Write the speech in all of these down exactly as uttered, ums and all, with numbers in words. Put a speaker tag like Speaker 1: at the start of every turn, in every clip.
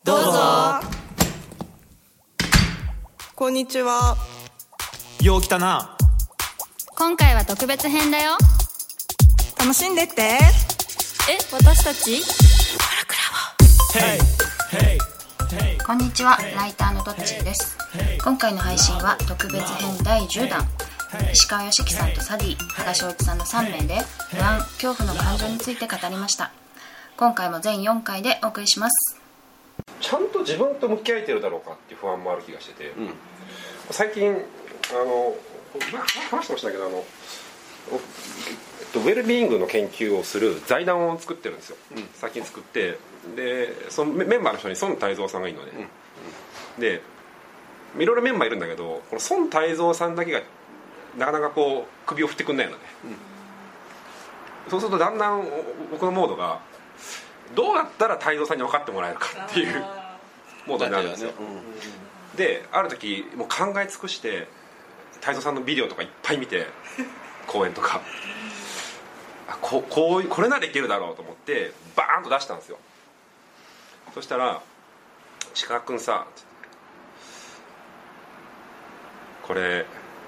Speaker 1: どうぞ。こんにちは。
Speaker 2: よう来たな。
Speaker 3: 今回は特別編だよ。
Speaker 1: 楽しんでって。
Speaker 3: え、私たち
Speaker 4: こんにちは、ライターのどっちーです。今回の配信は特別編だいじゅうだん。石川良樹さんとサディ、羽賀翔一さんのさんめいで不安、恐怖の感情について語りました。今回も全よんかいでお送りします。
Speaker 5: ちゃんと自分と向き合えてるだろうかっていう不安もある気がしてて、うん、最近あの話してましたけどあの、えっと、ウェルビーイングの研究をする財団を作ってるんですよ、うん、最近作ってでそのメンバーの人に孫泰造さんがいるので、うんうん、でいろいろメンバーいるんだけどこの孫泰造さんだけがなかなかこう首を振ってくんないので、うん、そうするとだんだん僕のモードがどうやったら泰造さんに分かってもらえるかっていうモードになるんですよ、うん、である時もう考え尽くして泰造さんのビデオとかいっぱい見て講演とかあ こ, こ, うこれならできるだろうと思ってバーンと出したんですよ。そしたら「石川君さこれ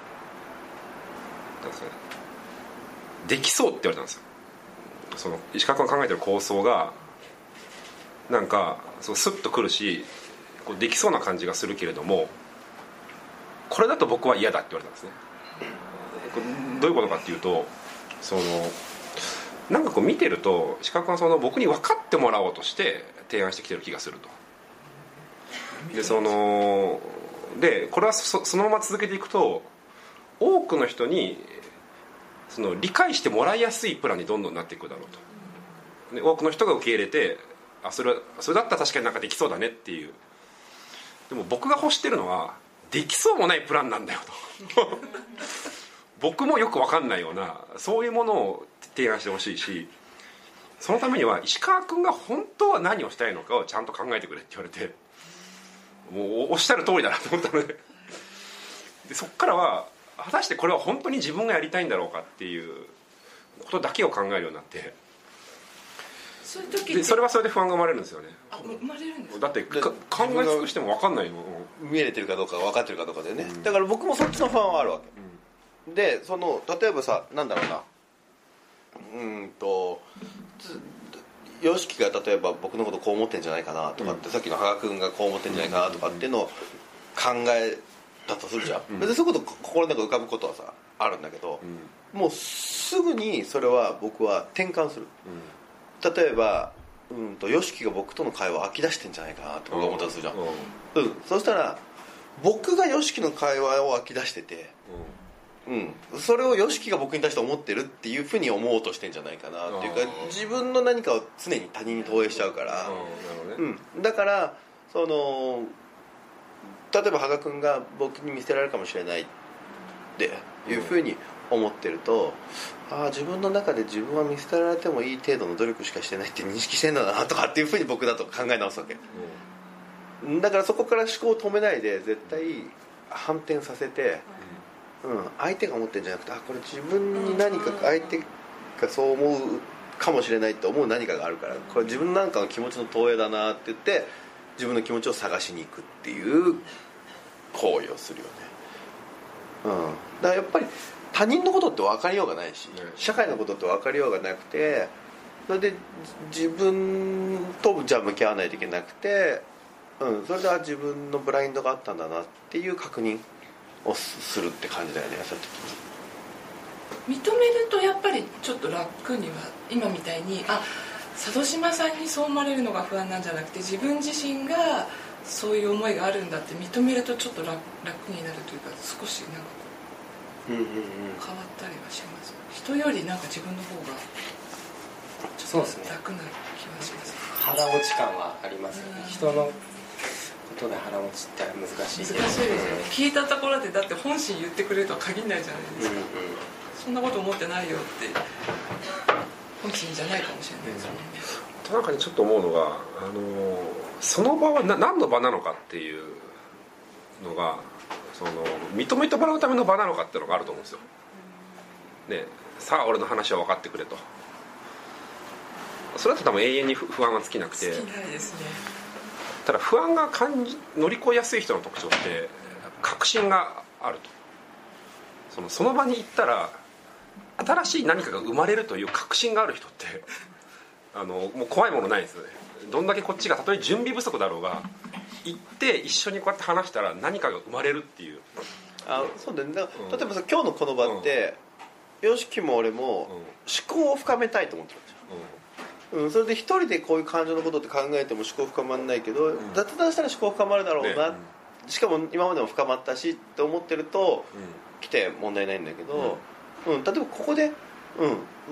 Speaker 5: なんですかねできそう」って言われたんですよ。その石川君が考えてる構想がなんかそうスッとくるしこうできそうな感じがするけれどもこれだと僕は嫌だって言われたんですね。どういうことかっていうとそのなんかこう見てると石川君はその僕に分かってもらおうとして提案してきてる気がすると。でそのでこれは そ, そのまま続けていくと多くの人にその理解してもらいやすいプランにどんどんなっていくだろうと。で多くの人が受け入れてあ そ, れそれだったら確かになんかできそうだねっていう。でも僕が欲してるのはできそうもないプランなんだよと僕もよく分かんないようなそういうものを提案してほしいしそのためには石川君が本当は何をしたいのかをちゃんと考えてくれって言われてもうおっしゃる通りだなと思ったので、でそっからは果たしてこれは本当に自分がやりたいんだろうかっていうことだけを考えるようになって
Speaker 6: そういう時って
Speaker 5: でそれはそれで不安が生まれるんですよね。
Speaker 6: あ生まれるんです
Speaker 5: だって考え尽くしても分かんないの
Speaker 7: 見えてるかどうか分かってるかどうかでね、うん、だから僕もそっちの不安はあるわけ、うん、でその例えばさなんだろうなうんとヨシキが例えば僕のことこう思ってんじゃないかなとかって、うん、さっきの羽賀君がこう思ってんじゃないかなとかっていうのを考えたとするじゃん、うん、別にそういうこと心の中浮かぶことはさあるんだけど、うん、もうすぐにそれは僕は転換する、うん、例えばうんとヨシキが僕との会話を飽き出してんじゃないかなとか思ったとするじゃん、うんうん、そしたら僕がヨシキの会話を飽き出してて、うんうん、それをヨシキが僕に対して思ってるっていうふうに思おうとしてんじゃないかなっていうか自分の何かを常に他人に投影しちゃうから、うんうん、だからその例えば羽賀君が僕に見せられるかもしれないっていうふうに思ってると、ああ自分の中で自分は見捨てられてもいい程度の努力しかしてないって認識してんだなとかっていうふうに僕だと考え直すわけ、うん、だからそこから思考を止めないで絶対反転させて、うん、相手が思ってるんじゃなくてあこれ自分に何か相手がそう思うかもしれないと思う何かがあるからこれ自分なんかの気持ちの投影だなって言って自分の気持ちを探しに行くっていう行為をするよね、うん、だからやっぱり他人のことって分かりようがないし社会のことって分かりようがなくてそれで自分とじゃあ向き合わないといけなくて、うん、それでは自分のブラインドがあったんだなっていう確認をするって感じだよね。そういう
Speaker 6: 時認めるとやっぱりちょっと楽には今みたいにあ佐渡島さんにそう思われるのが不安なんじゃなくて自分自身がそういう思いがあるんだって認めるとちょっと 楽, 楽になるというか少しなんか変わったりはします。人よりなんか自分の方がちょっと楽な気はします、ね、
Speaker 8: 腹落ち感はありますよね、うん、人のことで腹落ちって難しいですよね。
Speaker 6: 難しいですよね。聞いたところでだって本心言ってくれるとは限らないじゃないですか、うんうん、そんなこと思ってないよって本心じゃないかもしれないですよね、
Speaker 5: うん、なんかねちょっと思うのがあのその場はな何の場なのかっていうのがその認めてもらうための場なのかっていうのがあると思うんですよ、ね、さあ俺の話は分かってくれと。それだと多分永遠に不安は尽きなくて
Speaker 6: 尽きないですね。
Speaker 5: ただ不安が感じ乗り越えやすい人の特徴って確信があると。そのその場に行ったら新しい何かが生まれるという確信がある人ってあのもう怖いものないですよね。どんだけこっちがたとえ準備不足だろうが行って一緒にこうやって話したら何かが生まれるっていう。
Speaker 7: あそうだね。だから例えばさ、今日のこの場って YOSHIKI も俺も思考を深めたいと思ってるんですよ、うんうん、それで一人でこういう感情のことって考えても思考深まらないけど、うん、雑談したら思考深まるだろうな、ね、しかも今までも深まったしって思ってると、うん、来て問題ないんだけど、うんうん、例えばここで、うん、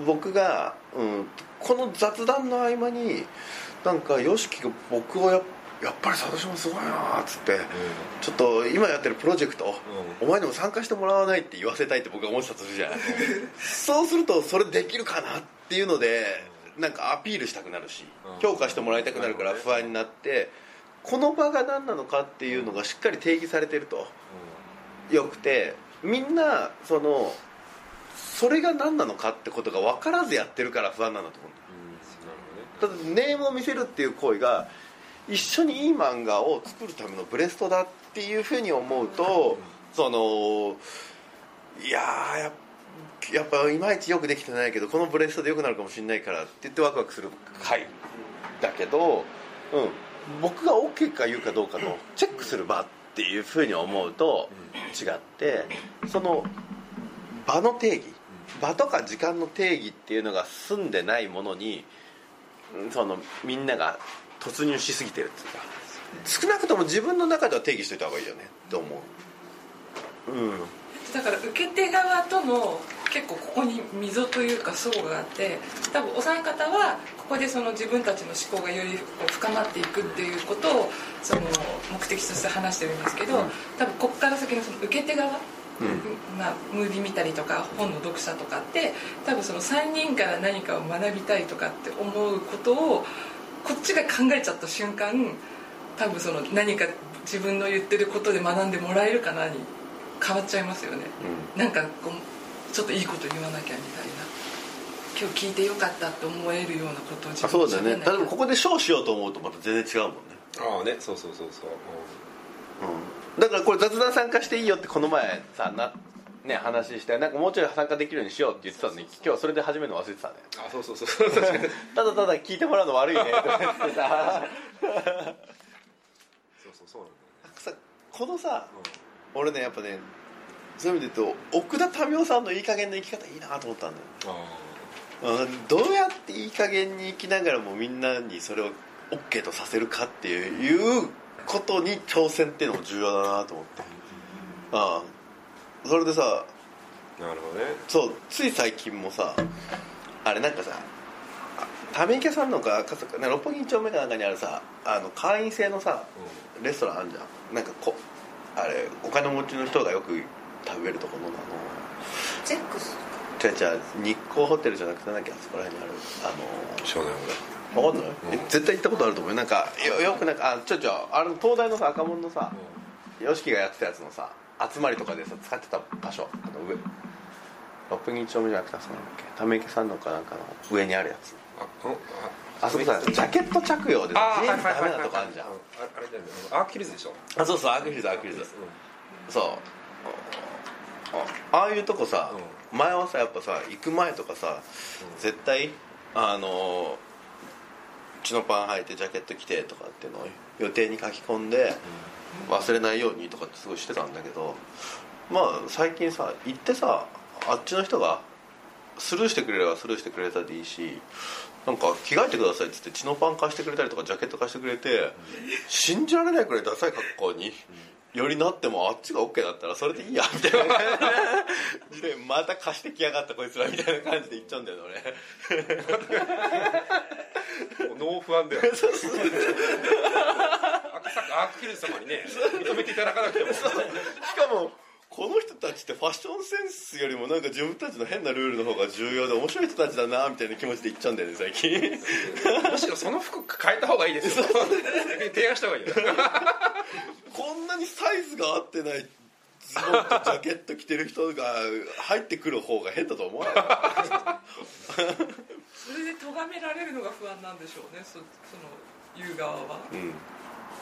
Speaker 7: 僕が、うん、この雑談の合間になんか YOSHIKI が僕をやっやっぱり佐渡島すごいなっつって、うん、ちょっと今やってるプロジェクト、うん、お前にも参加してもらわないって言わせたいって僕が思ってたとするじゃない、うん、そうするとそれできるかなっていうのでなんかアピールしたくなるし、うん、評価してもらいたくなるから不安になって、うん、この場が何なのかっていうのがしっかり定義されてると、うん、よくてみんなそのそれが何なのかってことが分からずやってるから不安なんだと思う、うん、なるほどね。ただネームを見せるっていう行為が一緒にいい漫画を作るためのブレストだっていうふうに思うと、そのいやー や, やっぱいまいちよくできてないけどこのブレストでよくなるかもしれないからって言ってワクワクする回だけど、うん、僕が OK か言うかどうかのチェックする場っていうふうに思うと違って、その場の定義、場とか時間の定義っていうのが済んでないものにそのみんなが突入しすぎてるっていうか、少なくとも自分の中では定義しといた方がいいよねと思う、うん、
Speaker 6: だから受け手側との結構ここに溝というか層があって、多分お三方はここでその自分たちの思考がよりこう深まっていくっていうことをその目的として話してるんですけど、多分ここから先のその受け手側、うんまあ、ムービー見たりとか本の読者とかって多分そのさんにんから何かを学びたいとかって思うことをこっちが考えちゃった瞬間、多分その何か自分の言ってることで学んでもらえるかなに変わっちゃいますよね、うん、なんかこうちょっといいこと言わなきゃみたいな、今日聞いてよかったって思えるようなことを自分で
Speaker 7: そうだね。例えばここでショーしようと思うとまた全然違うもんね。
Speaker 5: ああね、そうそうそうそう、
Speaker 7: うん、だからこれ雑談参加していいよってこの前さなね、話してなんかもうちょい参加できるようにしようって言ってたのに今日はそれで始めるの忘れてたね。
Speaker 5: あ、そうそうそうた
Speaker 7: だただ聞いてもらうの悪いねとか言ってさ
Speaker 5: そうそうそうなんだよね。
Speaker 7: さこのさ、うん、俺ねやっぱねそういう意味で言うと奥田民生さんのいい加減な生き方いいなと思ったんだよ。あどうやっていい加減に生きながらもみんなにそれを OK とさせるかっていうことに挑戦っていうのも重要だなと思って、うん、ああそれでさ、
Speaker 5: なるほどね。
Speaker 7: そうつい最近もさあれなんかさため池さんのかかか六本木いち丁目かなんかにあるさあの会員制のさ、うん、レストランあるじゃん。なんかこあれお金持ちの人がよく食べるところのあの
Speaker 4: ゼックス
Speaker 7: じゃじゃ日光ホテルじゃなくてなんだっけあそこら辺にあるあの
Speaker 5: 湘南
Speaker 7: 浦分かんない、うん、絶対行ったことあると思うよ。なんか よ, よくなんかあちょちょあの東大のさ赤門のさ YOSHIKI、うん、がやってたやつのさ集まりとかでさ使ってた場所あの上六本木いち丁目じゃなくてそのため池さんのかなんかの上にあるやつ あ, あ, あそこさジャケット着用でジーンズダメなとこあるじゃん。
Speaker 5: あれだよねアーキルズでしょ。
Speaker 7: あそうそうアーキルズアーキルズ、うん、そうああいうとこさ、うん、前はさやっぱさ行く前とかさ、うん、絶対あのチノパン履いてジャケット着てとかっていうのを予定に書き込んで、うん、忘れないようにとかってすごいしてたんだけど、まあ最近さ行ってさあっちの人がスルーしてくれればスルーしてくれたでいいし、なんか着替えてくださいっつってチノパン貸してくれたりとかジャケット貸してくれて信じられないくらいダサい格好によりなってもあっちが OK だったらそれでいいやみたいな感じでまた貸してきやがったこいつらみたいな感じで言っちゃうんだよね
Speaker 5: 俺ノー不安だよ赤坂アーキルズ様にね認めていただかなくてもしか
Speaker 7: もこの人たちってファッションセンスよりもなんか自分たちの変なルールの方が重要で面白い人たちだなみたいな気持ちで言っちゃうんだよね最近
Speaker 5: むしろその服変えた方がいいですよ提案した方がいいよ
Speaker 7: こんなにサイズが合ってないズボンとジャケット着てる人が入ってくる方が変だと思わない
Speaker 6: それで咎められるのが不安なんでしょうね そ, その言う側は、
Speaker 7: うん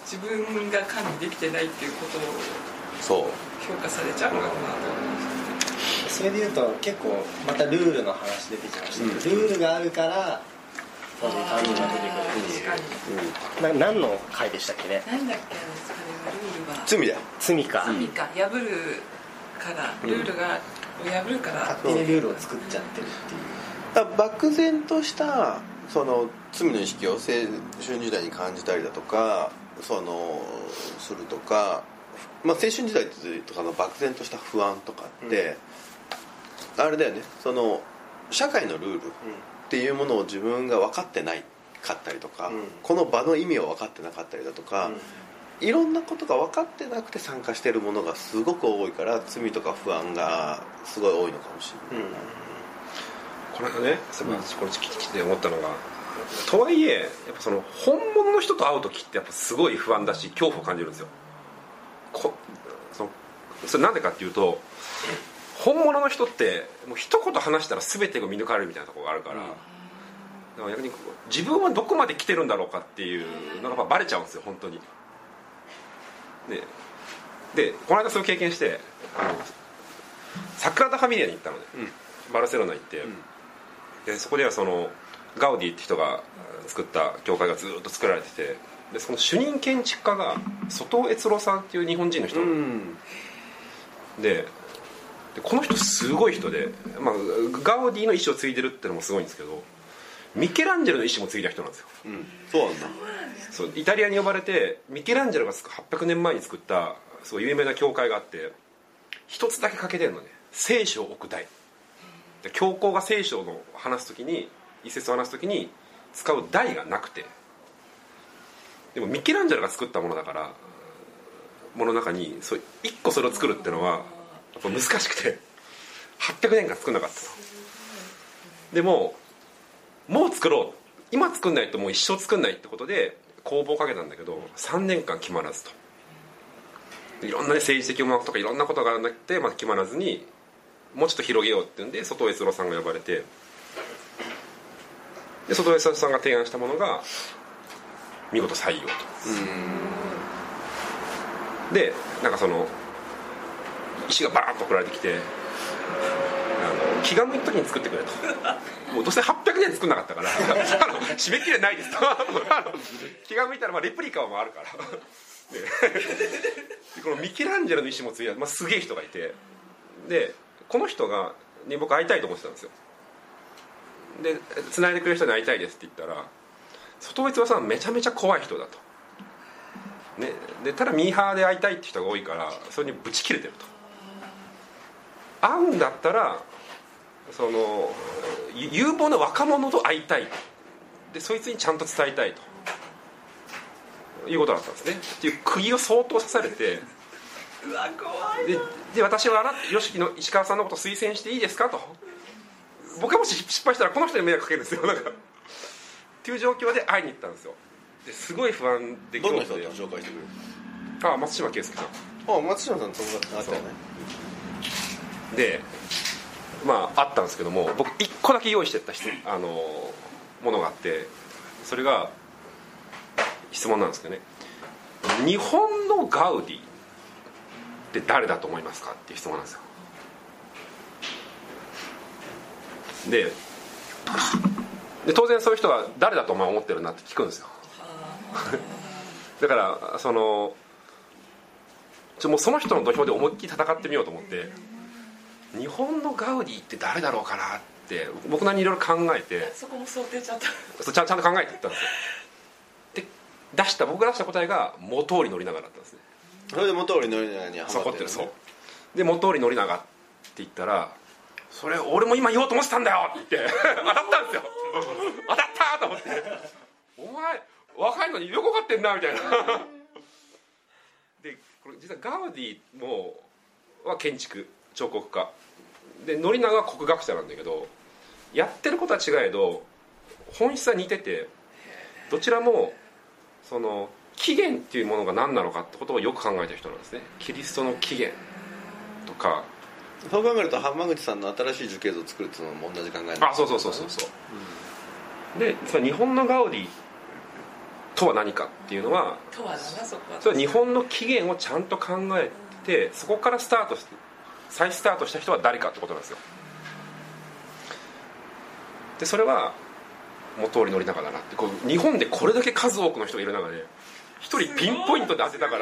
Speaker 6: 自分が管理できてないっていうことを
Speaker 7: そう
Speaker 6: 評価されちゃうのかなと思います。
Speaker 8: それでいうと結構またルールの話出てきましたけど、うん、ルールがあるからそういう感じが出てくるっていう。確かに、うん、な何の回でしたっけね。
Speaker 6: 何だっけ、あれルールは
Speaker 7: 罪だよ。
Speaker 8: 罪か
Speaker 6: 罪か破るからルールが破るから
Speaker 8: 勝手にルールを作っちゃってるっていう。
Speaker 7: だから漠然としたその罪の意識を青春時代に感じたりだとかそのするとか、まあ、青春時代とかの漠然とした不安とかって、うん、あれだよね、その社会のルールっていうものを自分が分かってないかったりとか、うん、この場の意味を分かってなかったりだとか、うん、いろんなことが分かってなくて参加しているものがすごく多いから罪とか不安がすごい多いのかもしれない、うん、
Speaker 5: この間ね、すみません、これ聞いて思ったのが、とはいえやっぱその本物の人と会う時ってやっぱすごい不安だし恐怖を感じるんですよ。こそのそれなんでかっていうと、本物の人ってもう一言話したら全てが見抜かれるみたいなところがあるから、うん、だから逆に自分はどこまで来てるんだろうかっていうのがやっぱバレちゃうんですよ本当に。で, でこの間そういう経験して、あのサグラダ・ファミリアに行ったので、うん、バルセロナ行って、うん、でそこではそのガウディって人が作った教会がずっと作られてて、でその主任建築家が外尾悦郎さんっていう日本人の人、うん、で, でこの人すごい人で、まあ、ガウディの意思を継いでるってのもすごいんですけど、ミケランジェロの意思も継いだ人なんですよ、うん、そうなんだ。そうイタリアに呼ばれて、ミケランジェロがはっぴゃくねんまえに作ったすごい有名な教会があって、一つだけ欠けてるのね、聖書を置く台で、教皇が聖書の話すときに一節を話すときに使う台がなくて、でもミケランジェロが作ったものだからものの中にそういっこそれを作るっていうのはやっぱ難しくてはっぴゃくねんかん作んなかったの。でももう作ろう、今作んないともう一生作んないってことで公募をかけたんだけどさんねんかん決まらずと、いろんな、ね、政治的思惑とかいろんなことがあるんだけど、まあ、決まらずにもうちょっと広げようっていうんで外尾悦郎さんが呼ばれて、で外尾悦郎さんが提案したものが見事採用と。でなんかその石がバーンと送られてきて、あの気が向いた時に作ってくれともうどうせはっぴゃくねん作んなかったから締め切れないですと気が向いたらまあレプリカもあるからででこのミケランジェロの意思もついた、まあ、すげえ人がいて、でこの人がに僕会いたいと思ってたんですよ。で繋いでくれる人に会いたいですって言ったら、外尾悦郎さんはめちゃめちゃ怖い人だと、ね、でただミーハーで会いたいって人が多いからそれにブチ切れてると。会うんだったらその有望な若者と会いたい、でそいつにちゃんと伝えたいということだったんですね。っていう釘を相当刺されて、
Speaker 6: うわ怖い。
Speaker 5: で, で私はあなた吉木の石川さんのことを推薦していいですかと、僕がもし失敗したらこの人に迷惑かけるんですよなんかっていう状況で会いに行ったんですよ。ですごい不安で、
Speaker 7: どんな人だったの紹介してくれる。
Speaker 5: ああ松島圭介さん。
Speaker 7: ああ松島さんと友達に会ったよね。
Speaker 5: でまああったんですけども、僕一個だけ用意してたあのものがあって、それが質問なんですけどね、日本のガウディって誰だと思いますかっていう質問なんですよ。でで当然そういう人は誰だとお前思ってるなって聞くんですよだからそのちょもうその人の土俵で思いっきり戦ってみようと思って、日本のガウディって誰だろうかなって僕なりにいろいろ考えて、
Speaker 6: そこも想定ちゃった
Speaker 5: ちゃんちゃんと考えていったんですよ。で出した僕が出した答えが元織宣長だったんですね。
Speaker 7: それで元織宣長には
Speaker 5: まってる、ね、そうで元織宣長って言ったら、それ俺も今言おうと思ってたんだよって言って当たったんですよ当たったと思って、お前若いのによく分かってんなみたいなでこれ実はガウディもは建築彫刻家で、宣長は国学者なんだけど、やってることは違えど本質は似てて、どちらもその起源っていうものが何なのかってことをよく考えてる人なんですね。キリストの起源とか、
Speaker 7: そう考えると浜口さんの新しい樹形図を作るっていうのも同じ考えなんですね。
Speaker 5: あ、そうそうそうそうそう、うん、でその日本のガウディっとは何かっていうのは、
Speaker 6: とはだなそこは
Speaker 5: それは日本の起源をちゃんと考えて、そこからスタートして再スタートした人は誰かってことなんですよ。でそれは元織宣長だなって、こう日本でこれだけ数多くの人がいる中で一人ピンポイントで当てたから、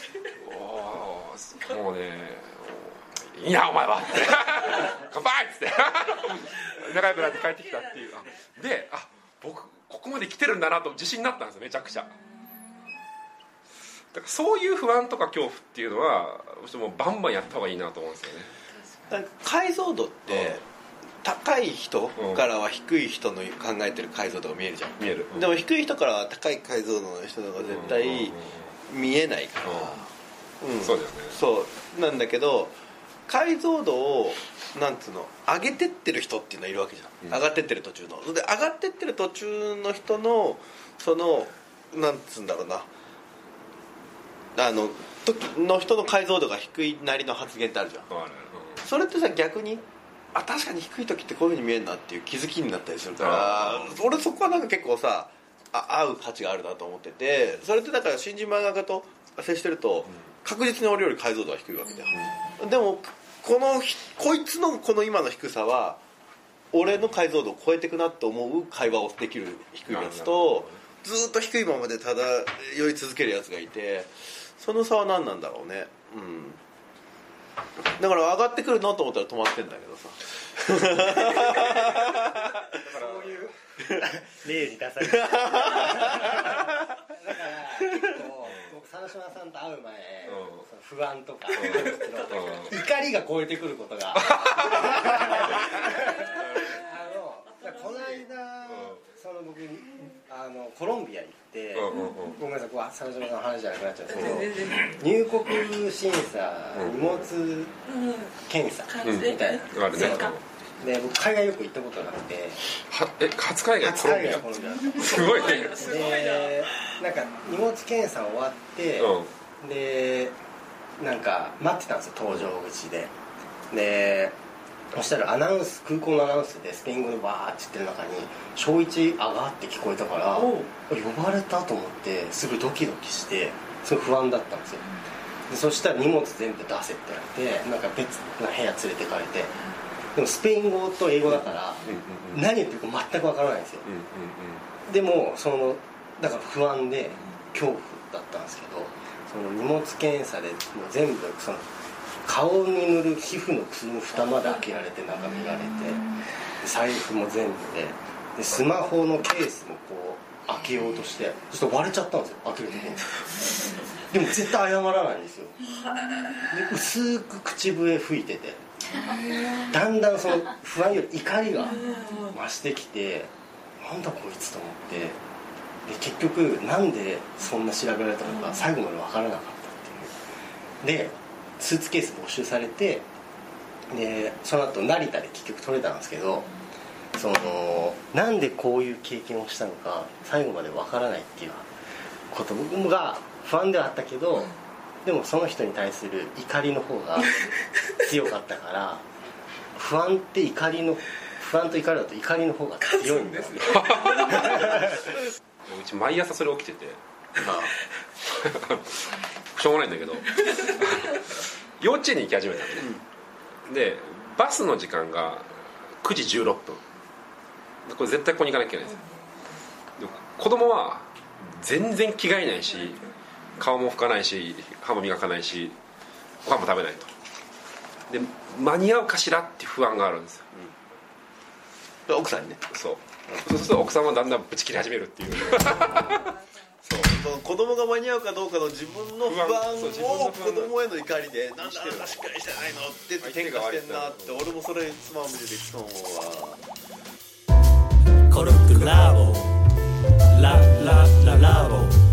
Speaker 5: おもうねいいなお前はって乾杯っつって仲良くなって帰ってきたっていう。で、あ僕ここまで来てるんだなと自信になったんですよ、めちゃくちゃ。だからそういう不安とか恐怖っていうのはもうバンバンやった方がいいなと思うんですよね。
Speaker 7: 解像度って高い人からは低い人の考えてる解像度が見えるじゃん。
Speaker 5: 見える、うん、
Speaker 7: でも低い人からは高い解像度の人の方が絶対見えないから、
Speaker 5: うんうんうん、そうだよね。
Speaker 7: そうなんだけど、解像度をなんつうの上げてってる人っていうのはいるわけじゃん、うん、上がってってる途中ので上がってってる途中の人のそのなんつうんだろうなあの時の人の解像度が低いなりの発言ってあるじゃん、うん、それってさ逆にあ確かに低い時ってこういう風に見えるなっていう気づきになったりするから、俺そこはなんか結構さあ合う価値があるなと思ってて、それってだから新人漫画家と接してると確実に俺より解像度は低いわけだよ、うん、でもこのこいつのこの今の低さは俺の解像度を超えていくなと思う会話をできる低いやつと、ずっと低いままでただ酔い続けるやつがいて、その差は何なんだろうね。うんだから上がってくるのと思ったら止まってんだけどさ
Speaker 8: そういう例に出されてだから結構僕佐野島さんと会う前、うん、その不安とかあるんですけど、うん、怒りが超えてくることがあのこの間、うん、その僕あのコロンビア行って、うんうんうん、ごめんなさいこう佐野島さんの話じゃなくなっちゃうんですけど、入国審査、うん、荷物検査みたいな、うん、で僕海外よく行ったことなくて、
Speaker 5: はえ初海外
Speaker 8: 初海外コロンビア
Speaker 5: すごいね。
Speaker 8: でなんか荷物検査終わって、うん、でなんか待ってたんですよ搭乗口で。でそしたらアナウンス空港のアナウンスでスペイン語でバーって言ってる中に小一上がって聞こえたから、呼ばれたと思ってすぐドキドキしてすごい不安だったんですよ。でそしたら荷物全部出せって言われて、なんか別な部屋連れてかれて、でもスペイン語と英語だから何言ってるか全く分からないんですよ。でもそのだから不安で恐怖だったんですけど、その荷物検査でもう全部その顔に塗る皮膚の薬の蓋まで開けられて中見られて、財布も全部で、でスマホのケースもこう開けようとして、そして割れちゃったんですよ開ける時に。でも絶対謝らないんですよ。で薄く口笛吹いてて、だんだんその不安より怒りが増してきて、なんだこいつと思って、で結局なんでそんな調べられたのか最後まで分からなかったっていう。でスーツケース没収されて、でその後成田で結局取れたんですけど、そのなんでこういう経験をしたのか最後までわからないっていうこと僕が不安ではあったけど、でもその人に対する怒りの方が強かったから不安って怒りの不安と怒りだと怒りの方が強いんですよ
Speaker 5: うち毎朝それ起きててしょうがないんだけど幼稚園に行き始めたんで、うん、でバスの時間がくじじゅうろっぷん、これ絶対ここに行かなきゃいけないんですよ。で子供は全然着替えないし顔も拭かないし歯も磨かないしご飯も食べないと。で間に合うかしらっていう不安があるんですよ、
Speaker 7: うん、奥さんにね。
Speaker 5: そう、そうすると奥さんはだんだんブチ切り始めるっていう
Speaker 7: そう子供が間に合うかどうかの自分の不安を子供への怒りで、なんであんなしっかりしてないのって言って喧嘩してんなって、俺もそれ妻を見てていつも思うわ。コルクラボララララボ